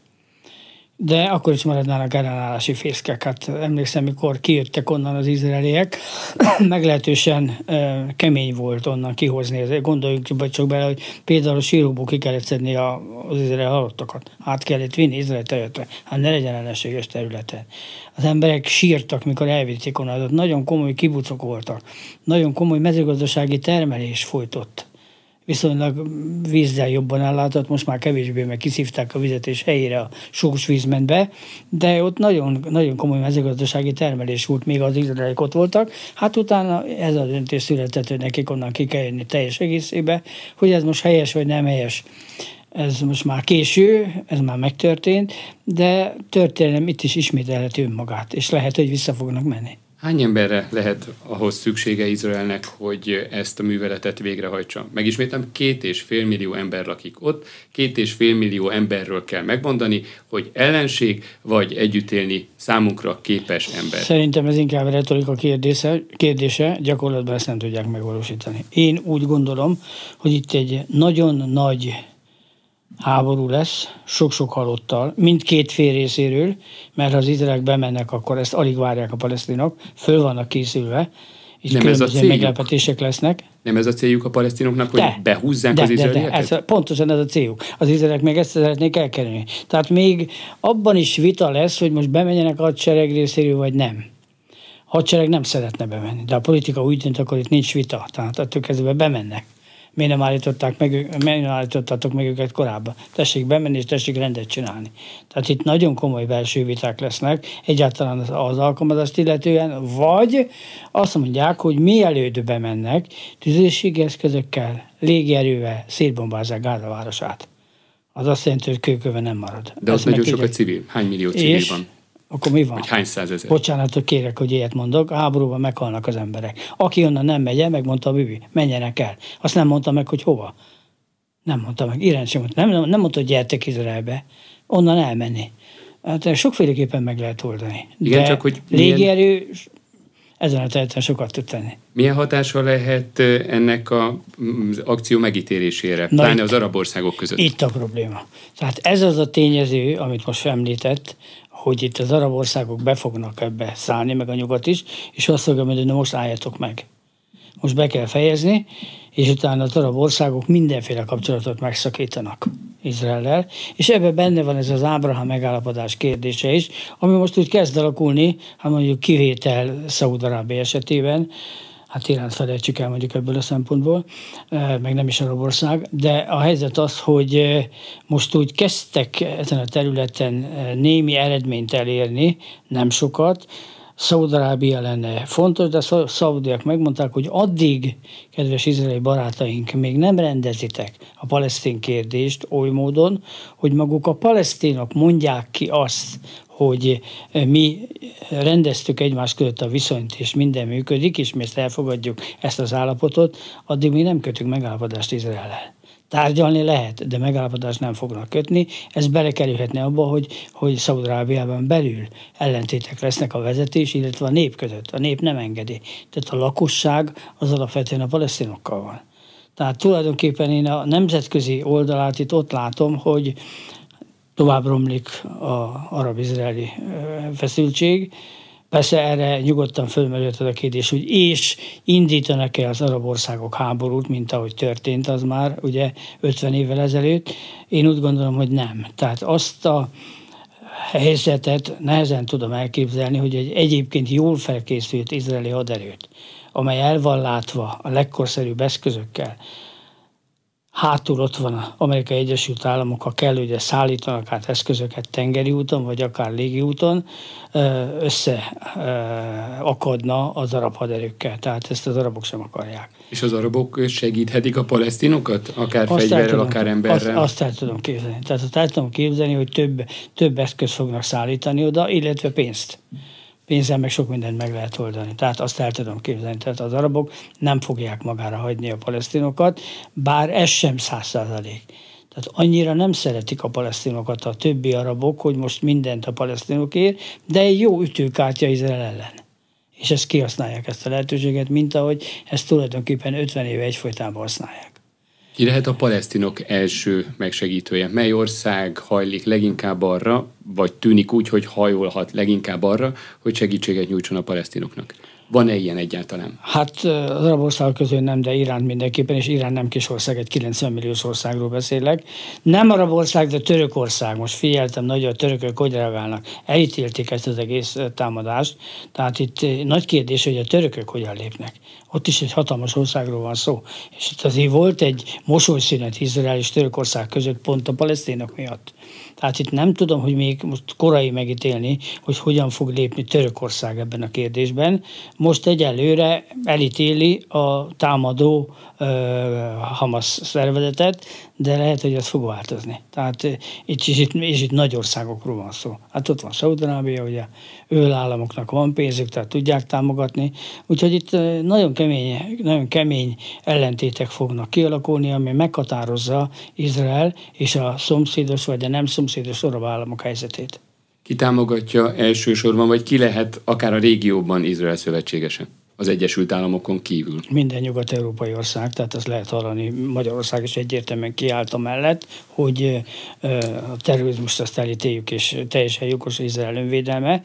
De akkor is maradnának ellenállási fészkek. Hát emlékszem, mikor kijöttek onnan az izraeliek, meglehetősen e, kemény volt onnan kihozni. Ezért gondoljunk csak bele, hogy például a síróból ki kellett szedni a, az izraeli halottakat. Át kellett vinni Izrael területre. Hát ne legyen ellenséges területen. Az emberek sírtak, mikor elvitték onnan. Nagyon komoly kibucok voltak. Nagyon komoly mezőgazdasági termelés folytott. Viszonylag vízzel jobban ellátott, most már kevésbé, meg kiszívták a vizet, és helyére a sós víz ment be, de ott nagyon, nagyon komoly mezőgazdasági termelés volt, még az izraeliek ott voltak. Hát utána ez a döntés született, hogy nekik onnan ki kell jönni teljes egészébe, hogy ez most helyes vagy nem helyes. Ez most már késő, ez már megtörtént, de történelem itt is ismételheti önmagát, és lehet, hogy vissza fognak menni. Hány emberre lehet ahhoz szüksége Izraelnek, hogy ezt a műveletet végrehajtsa? Megismétlem, két és fél millió ember lakik ott, két és fél millió emberről kell megmondani, hogy ellenség vagy együtt élni számunkra képes ember. Szerintem ez inkább retorika kérdése, kérdése, gyakorlatban ezt nem tudják megvalósítani. Én úgy gondolom, hogy itt egy nagyon nagy háború lesz, sok-sok halottal, mindkét fél részéről, mert ha az izraelek bemennek, akkor ezt alig várják a palesztinok, föl vannak készülve, és nem különböző meglepetések lesznek. Nem ez a céljuk a palesztinoknak, hogy de, behúzzák de, az izraelieket? De, de, ez, pontosan ez a céljuk. Az izraelek meg ezt szeretnék elkerülni. Tehát még abban is vita lesz, hogy most bemenjenek a hadsereg részéről, vagy nem. A hadsereg nem szeretne bemenni, de a politika úgy dönt, akkor itt nincs vita, tehát attól kezdve bemennek. Miért nem állították meg, miért nem állítottátok meg őket korábban? Tessék bemenni, és tessék rendet csinálni. Tehát itt nagyon komoly belső viták lesznek, egyáltalán az, az alkalmazást illetően, vagy azt mondják, hogy mielőtt bemennek, tüzérségi eszközökkel, légierővel szétbombázzák Gáza városát. Az azt jelenti, hogy kőköve nem marad. De az nagyon sok a civil. Hány millió civil és van? Akkor mi van? Vagy hány százezer? Bocsánatot kérek, hogy ilyet mondok, a háborúban meghalnak az emberek. Aki onnan nem megy el, megmondta a Bibi, menjenek el. Azt nem mondta meg, hogy hova. Nem mondta meg, Irán sem mondta. Nem, nem mondta, hogy gyertek Izraelbe. Onnan elmenni. Hát sokféleképpen meg lehet oldani. Igen, de csak hogy légierő milyen... ezen a területen sokat tud tenni. Milyen hatása lehet ennek az akció megítélésére, Na pláne itt, az arab országok között? Itt a probléma. Tehát ez az a tényező, amit most említett, hogy itt az arab országok be fognak ebbe szállni, meg a nyugat is, és azt fogja mondani, hogy most álljatok meg. Most be kell fejezni, és utána az arab országok mindenféle kapcsolatot megszakítanak Izraellel, és ebben benne van ez az Ábrahám megállapodás kérdése is, ami most úgy kezd alakulni, hát mondjuk kivétel Szaúd-Arábia esetében, hát Iránt felejtsük el mondjuk ebből a szempontból, meg nem is arab ország, de a helyzet az, hogy most úgy kezdtek ezen a területen némi eredményt elérni, nem sokat. Szaúd-Arábia lenne fontos, de a szaudiak megmondták, hogy addig, kedves izraeli barátaink, még nem rendezitek a palesztin kérdést oly módon, hogy maguk a palesztinok mondják ki azt, hogy mi rendeztük egymás között a viszonyt, és minden működik, és mi ezt elfogadjuk, ezt az állapotot, addig mi nem kötünk megállapodást Izraellel. Tárgyalni lehet, de megállapodást nem fognak kötni. Ez belekerülhetne abba, hogy, hogy Szaúd-Arábiában belül ellentétek lesznek a vezetés, illetve a nép között. A nép nem engedi. Tehát a lakosság az alapvetően a palesztinokkal van. Tehát tulajdonképpen én a nemzetközi oldalát itt ott látom, hogy tovább romlik az arab-izraeli feszültség. Persze erre nyugodtan fölmerült az a kérdés, hogy és indítanak-e az arab országok háborút, mint ahogy történt az már ugye ötven évvel ezelőtt. Én úgy gondolom, hogy nem. Tehát azt a helyzetet nehezen tudom elképzelni, hogy egy egyébként jól felkészült izraeli haderőt, amely el van látva a legkorszerűbb eszközökkel, hátul ott van az Amerikai Egyesült Államok, ha kell, ugye szállítanak át eszközöket tengeri úton, vagy akár légi úton, összeakadna az arab haderőkkel. Tehát ezt az arabok sem akarják. És az arabok segíthetik a palesztinokat? Akár azt fegyverrel, tudom, akár emberrel? Azt, azt el tudom képzelni. Tehát azt el tudom képzelni, hogy több, több eszköz fognak szállítani oda, illetve pénzt. Pénzzel meg sok mindent meg lehet oldani. Tehát azt el tudom képzelni. Tehát az arabok nem fogják magára hagyni a palesztinokat, bár ez sem száz százalék. Tehát annyira nem szeretik a palesztinokat a többi arabok, hogy most mindent a palesztinokért, de egy jó ütőkártya Izrael ellen. És ezt kihasználják, ezt a lehetőséget, mint ahogy ezt tulajdonképpen ötven éve egyfolytában használják. Ki lehet a palesztinok első megsegítője? Mely ország hajlik leginkább arra, vagy tűnik úgy, hogy hajolhat leginkább arra, hogy segítséget nyújtson a palesztinoknak? Van-e ilyen egyáltalán? Hát az arab országok közül nem, de Irán mindenképpen, és Irán nem kis ország, egy kilencven milliós országról beszélek. Nem arab ország, de Törökország. Most figyeltem nagyon, a törökök hogy reagálnak. Elítélték ezt az egész támadást. Tehát itt nagy kérdés, hogy a törökök hogyan lépnek. Ott is egy hatalmas országról van szó. És itt azért volt egy mosolyszünet Izrael és Törökország között pont a palesztinok miatt. Tehát itt nem tudom, hogy még most korai megítélni, hogy hogyan fog lépni Törökország ebben a kérdésben. Most egyelőre elítéli a támadó uh, Hamas szervezetet, de lehet, hogy ez fog változni. Tehát uh, itt, is, itt, és itt nagy országokról van szó. Hát ott van Szaúd-Arábia, ugye ölállamoknak van pénzük, tehát tudják támogatni. Úgyhogy itt uh, nagyon kemény, nagyon kemény ellentétek fognak kialakulni, ami meghatározza Izrael és a szomszédos vagy a nem szomszédos arab államok helyzetét. Ki támogatja elsősorban, vagy ki lehet akár a régióban Izrael szövetségese? Az Egyesült Államokon kívül. Minden nyugat-európai ország, tehát azt lehet hallani, Magyarország is egyértelműen kiállt a mellett, hogy a terrorizmust azt elítéljük, és teljesen jogos Izrael önvédelme.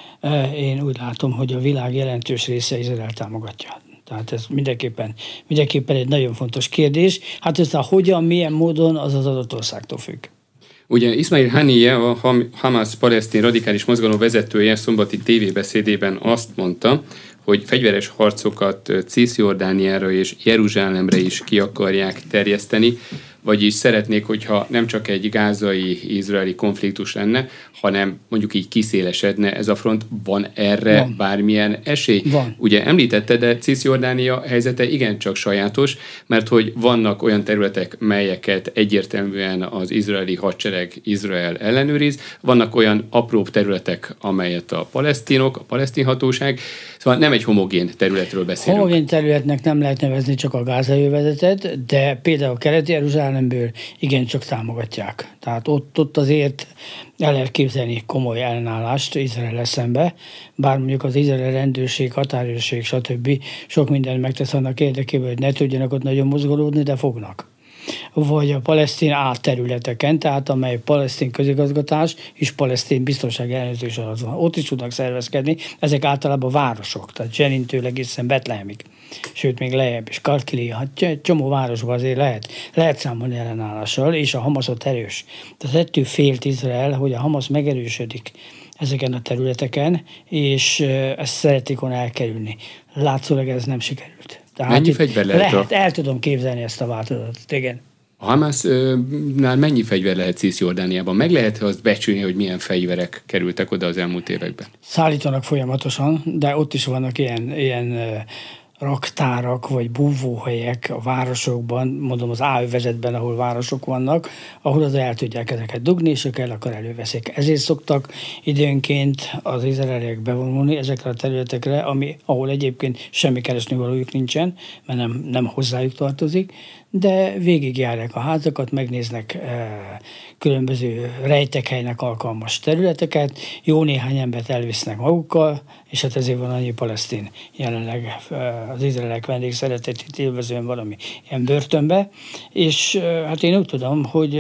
Én úgy látom, hogy a világ jelentős része Izrael támogatja. Tehát ez mindenképpen, mindenképpen egy nagyon fontos kérdés. Hát ez a hogyan, milyen módon, az az adott országtól függ. Ugye Ismail Haniyeh, a Hamas palesztin radikális mozgalom vezetője szombati tévébeszédében azt mondta, hogy fegyveres harcokat Cisjordániára és Jeruzsálemre is ki akarják terjeszteni, vagyis szeretnék, hogyha nem csak egy gázai-izraeli konfliktus lenne, hanem mondjuk így kiszélesedne ez a front. Van erre Van. bármilyen esély? Van. Ugye említette, de Cisjordánia helyzete igencsak sajátos, mert hogy vannak olyan területek, melyeket egyértelműen az izraeli hadsereg Izrael ellenőriz, vannak olyan apróbb területek, amelyet a palesztinok, a palesztin hatóság, szóval nem egy homogén területről beszélünk. Homogén területnek nem lehet nevezni csak a gázai övezetet, de például a Kelet-Jeruzsálemből igencsak támogatják. Tehát ott, ott azért el lehet képzelni komoly ellenállást Izrael szembe, bár mondjuk az izraeli rendőrség, határőrség, stb. Sok mindent megtesz annak érdekében, hogy ne tudjanak ott nagyon mozgolódni, de fognak. Vagy a palesztin átterületeken, tehát amely palesztin közigazgatás és palesztin biztonsági ellenőrzés alatt van. Ott is tudnak szervezkedni, ezek általában városok, tehát Zserintől egészen Betlehemig, sőt még lejjebb is, Kalkili, hát egy csomó városban azért lehet, lehet számolni ellenállással, és a Hamasz ott erős. Tehát ettől félt Izrael, hogy a Hamasz megerősödik ezeken a területeken, és ezt szeretik volna elkerülni. Látszólag ez nem sikerült. Tehát mennyi fegyver lehet? Lehet, el tudom képzelni ezt a változatot, igen. A Hamasnál mennyi fegyver lehet Cisjordániában? Meg lehet azt becsülni, hogy milyen fegyverek kerültek oda az elmúlt években? Szállítanak folyamatosan, de ott is vannak ilyen, ilyen raktárak vagy búvóhelyek a városokban, mondom az A-övezetben, ahol városok vannak, ahol az el tudják ezeket dugni, és ők el akar előveszik. Ezért szoktak időnként az izraeliek bevonulni ezekre a területekre, ami, ahol egyébként semmi keresnivalójuk nincsen, mert nem, nem hozzájuk tartozik, de végigjárják a házakat, megnéznek e, különböző rejtekhelynek alkalmas területeket, jó néhány embert elvisznek magukkal, és hát ezért van annyi palesztin jelenleg e, az izraelek vendégszeretetét élvezően valami ilyen börtönbe, és e, hát én úgy tudom, hogy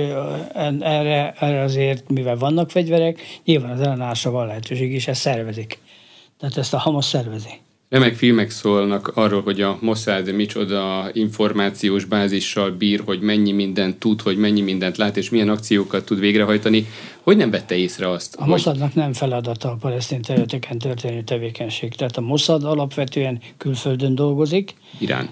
erre, erre azért, mivel vannak fegyverek, nyilván az ellenállásra van lehetőség, és ezt szervezik. Tehát ezt a Hamasz szervezi. Remek filmek szólnak arról, hogy a Mossad micsoda információs bázissal bír, hogy mennyi mindent tud, hogy mennyi mindent lát, és milyen akciókat tud végrehajtani. Hogy nem vette észre azt? A Mossadnak nem feladata a palesztin területeken történő tevékenység. Tehát a Mossad alapvetően külföldön dolgozik. Irán.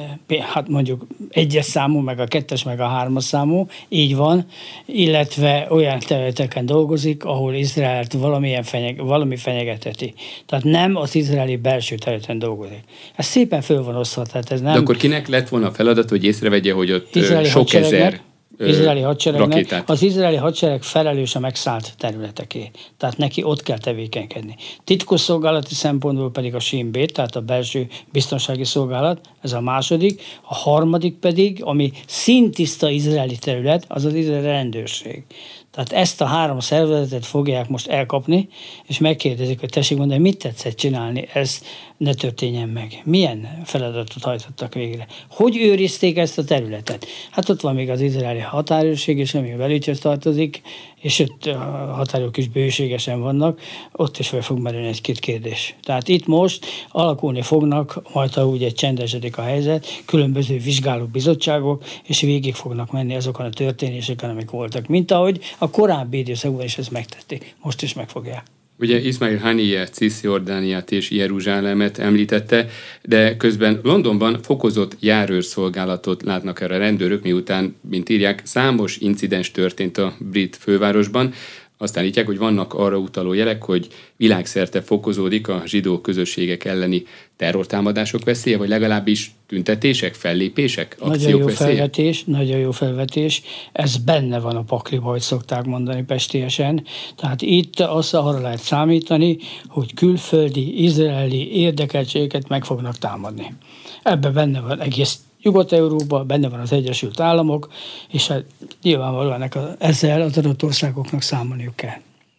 Hát mondjuk egyes számú, meg a kettes, meg a hármas számú, így van, illetve olyan területeken dolgozik, ahol Izraelt valamilyen fenyeg, valami fenyegeteti. Tehát nem az izraeli belső területen dolgozik. Ez szépen föl van osztva. Tehát ez nem... De akkor kinek lett volna a feladat, hogy észrevegye, hogy ott izraeli sok ezer izraeli hadseregnek, rakétát. Az izraeli hadsereg felelős a megszállt területeké. Tehát neki ott kell tevékenykedni. Titkosszolgálati szempontból pedig a Shin Bet, tehát a belső biztonsági szolgálat, ez a második. A harmadik pedig, ami szintiszta izraeli terület, az az izraeli rendőrség. Tehát ezt a három szervezetet fogják most elkapni, és megkérdezik, hogy tessék mondani, mit tetszett csinálni, ez ne történjen meg. Milyen feladatot hajtottak végre? Hogy őrizték ezt a területet? Hát ott van még az izraeli határőrség, és ami a belügyhöz tartozik, és ott a határok is bőségesen vannak, ott is fel fog merülni egy-két kérdés. Tehát itt most alakulni fognak, majd ha ugye csendesedik a helyzet, különböző vizsgáló bizottságok, és végig fognak menni azokon a történéseken, amik voltak. Mint ahogy a korábbi időszakban is ezt megtették, most is megfogják. Ugye Ismail Haniyeh Cisjordániát és Jeruzsálemet említette, de közben Londonban fokozott járőrszolgálatot látnak erre a rendőrök, miután, mint írják, számos incidens történt a brit fővárosban. Azt állítják, hogy vannak arra utaló jelek, hogy világszerte fokozódik a zsidó közösségek elleni terrortámadások veszélye, vagy legalábbis tüntetések, fellépések, akciók nagyon jó veszélye? Felvetés, nagyon jó felvetés. Ez benne van a pakliba, hogy szokták mondani pestiesen. Tehát itt azt arra lehet számítani, hogy külföldi, izraeli érdekeltségeket meg fognak támadni. Ebben benne van egész Nyugat-Európa, benne van az Egyesült Államok, és hát nyilvánvalóan ezzel az adott országoknak számolniuk kell.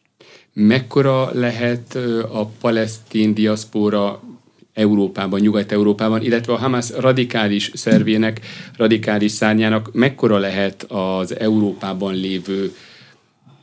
Mekkora lehet a palesztin diaszpóra Európában, Nyugat-Európában, illetve a Hamas radikális szervének, radikális szárnyának mekkora lehet az Európában lévő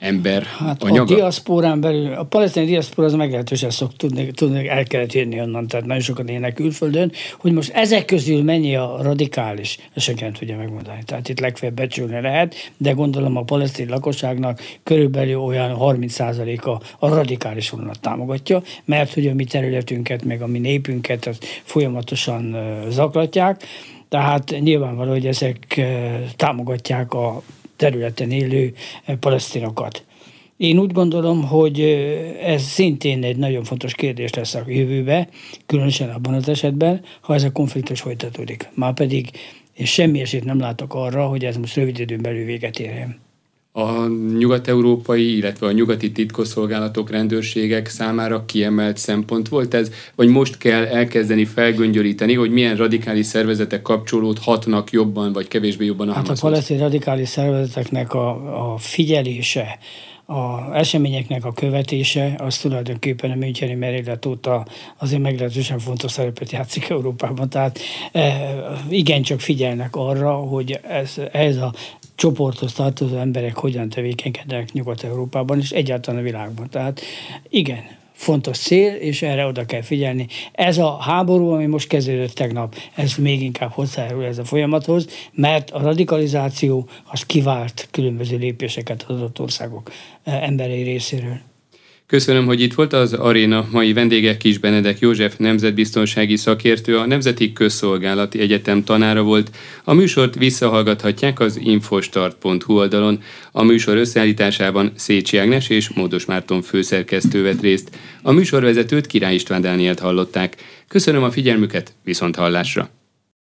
ember hát anyaga? A diaszpórán belül, a palesztin diaszpóra az meglehetősen szok tudni, tudni, el kellett jönni onnan, tehát nagyon sokan élnek külföldön, hogy most ezek közül mennyi a radikális, ezt senki nem tudja megmondani. Tehát itt legfeljebb becsülni lehet, de gondolom a palesztin lakosságnak körülbelül olyan harminc százaléka a radikális vonalat támogatja, mert hogy a mi területünket, meg a mi népünket az folyamatosan zaklatják, tehát nyilvánvaló, hogy ezek támogatják a területen élő palesztinokat. Én úgy gondolom, hogy ez szintén egy nagyon fontos kérdés lesz a jövőbe, különösen abban az esetben, ha ez a konfliktus folytatódik. Márpedig én semmi esélyt nem látok arra, hogy ez most rövid időn belül véget érjen. A nyugat-európai, illetve a nyugati titkosszolgálatok, rendőrségek számára kiemelt szempont volt ez, vagy most kell elkezdeni felgöngyölíteni, hogy milyen radikális szervezetek kapcsolódhatnak jobban, vagy kevésbé jobban a Hamaszhoz? Hát a palesztin radikális szervezeteknek a, a figyelése, az eseményeknek a követése, az tulajdonképpen a müncheni merénylet óta azért meglehetősen fontos szerepet játszik Európában. Tehát e, igencsak figyelnek arra, hogy ez, ez a csoporthoz tartozó emberek hogyan tevékenykednek Nyugat-Európában és egyáltalán a világban. Tehát igen, fontos cél, és erre oda kell figyelni. Ez a háború, ami most kezdődött tegnap, ez még inkább hozzájárul ez a folyamathoz, mert a radikalizáció az kivált különböző lépéseket az adott országok emberei részéről. Köszönöm, hogy itt volt az Aréna mai vendége. Kis Benedek József nemzetbiztonsági szakértő, a Nemzeti Közszolgálati Egyetem tanára volt. A műsort visszahallgathatják az infostart pont hu oldalon. A műsor összeállításában Szécsi Ágnes és Módos Márton főszerkesztő vett részt. A műsorvezetőt Király István Dánielt hallották. Köszönöm a figyelmüket, viszont hallásra!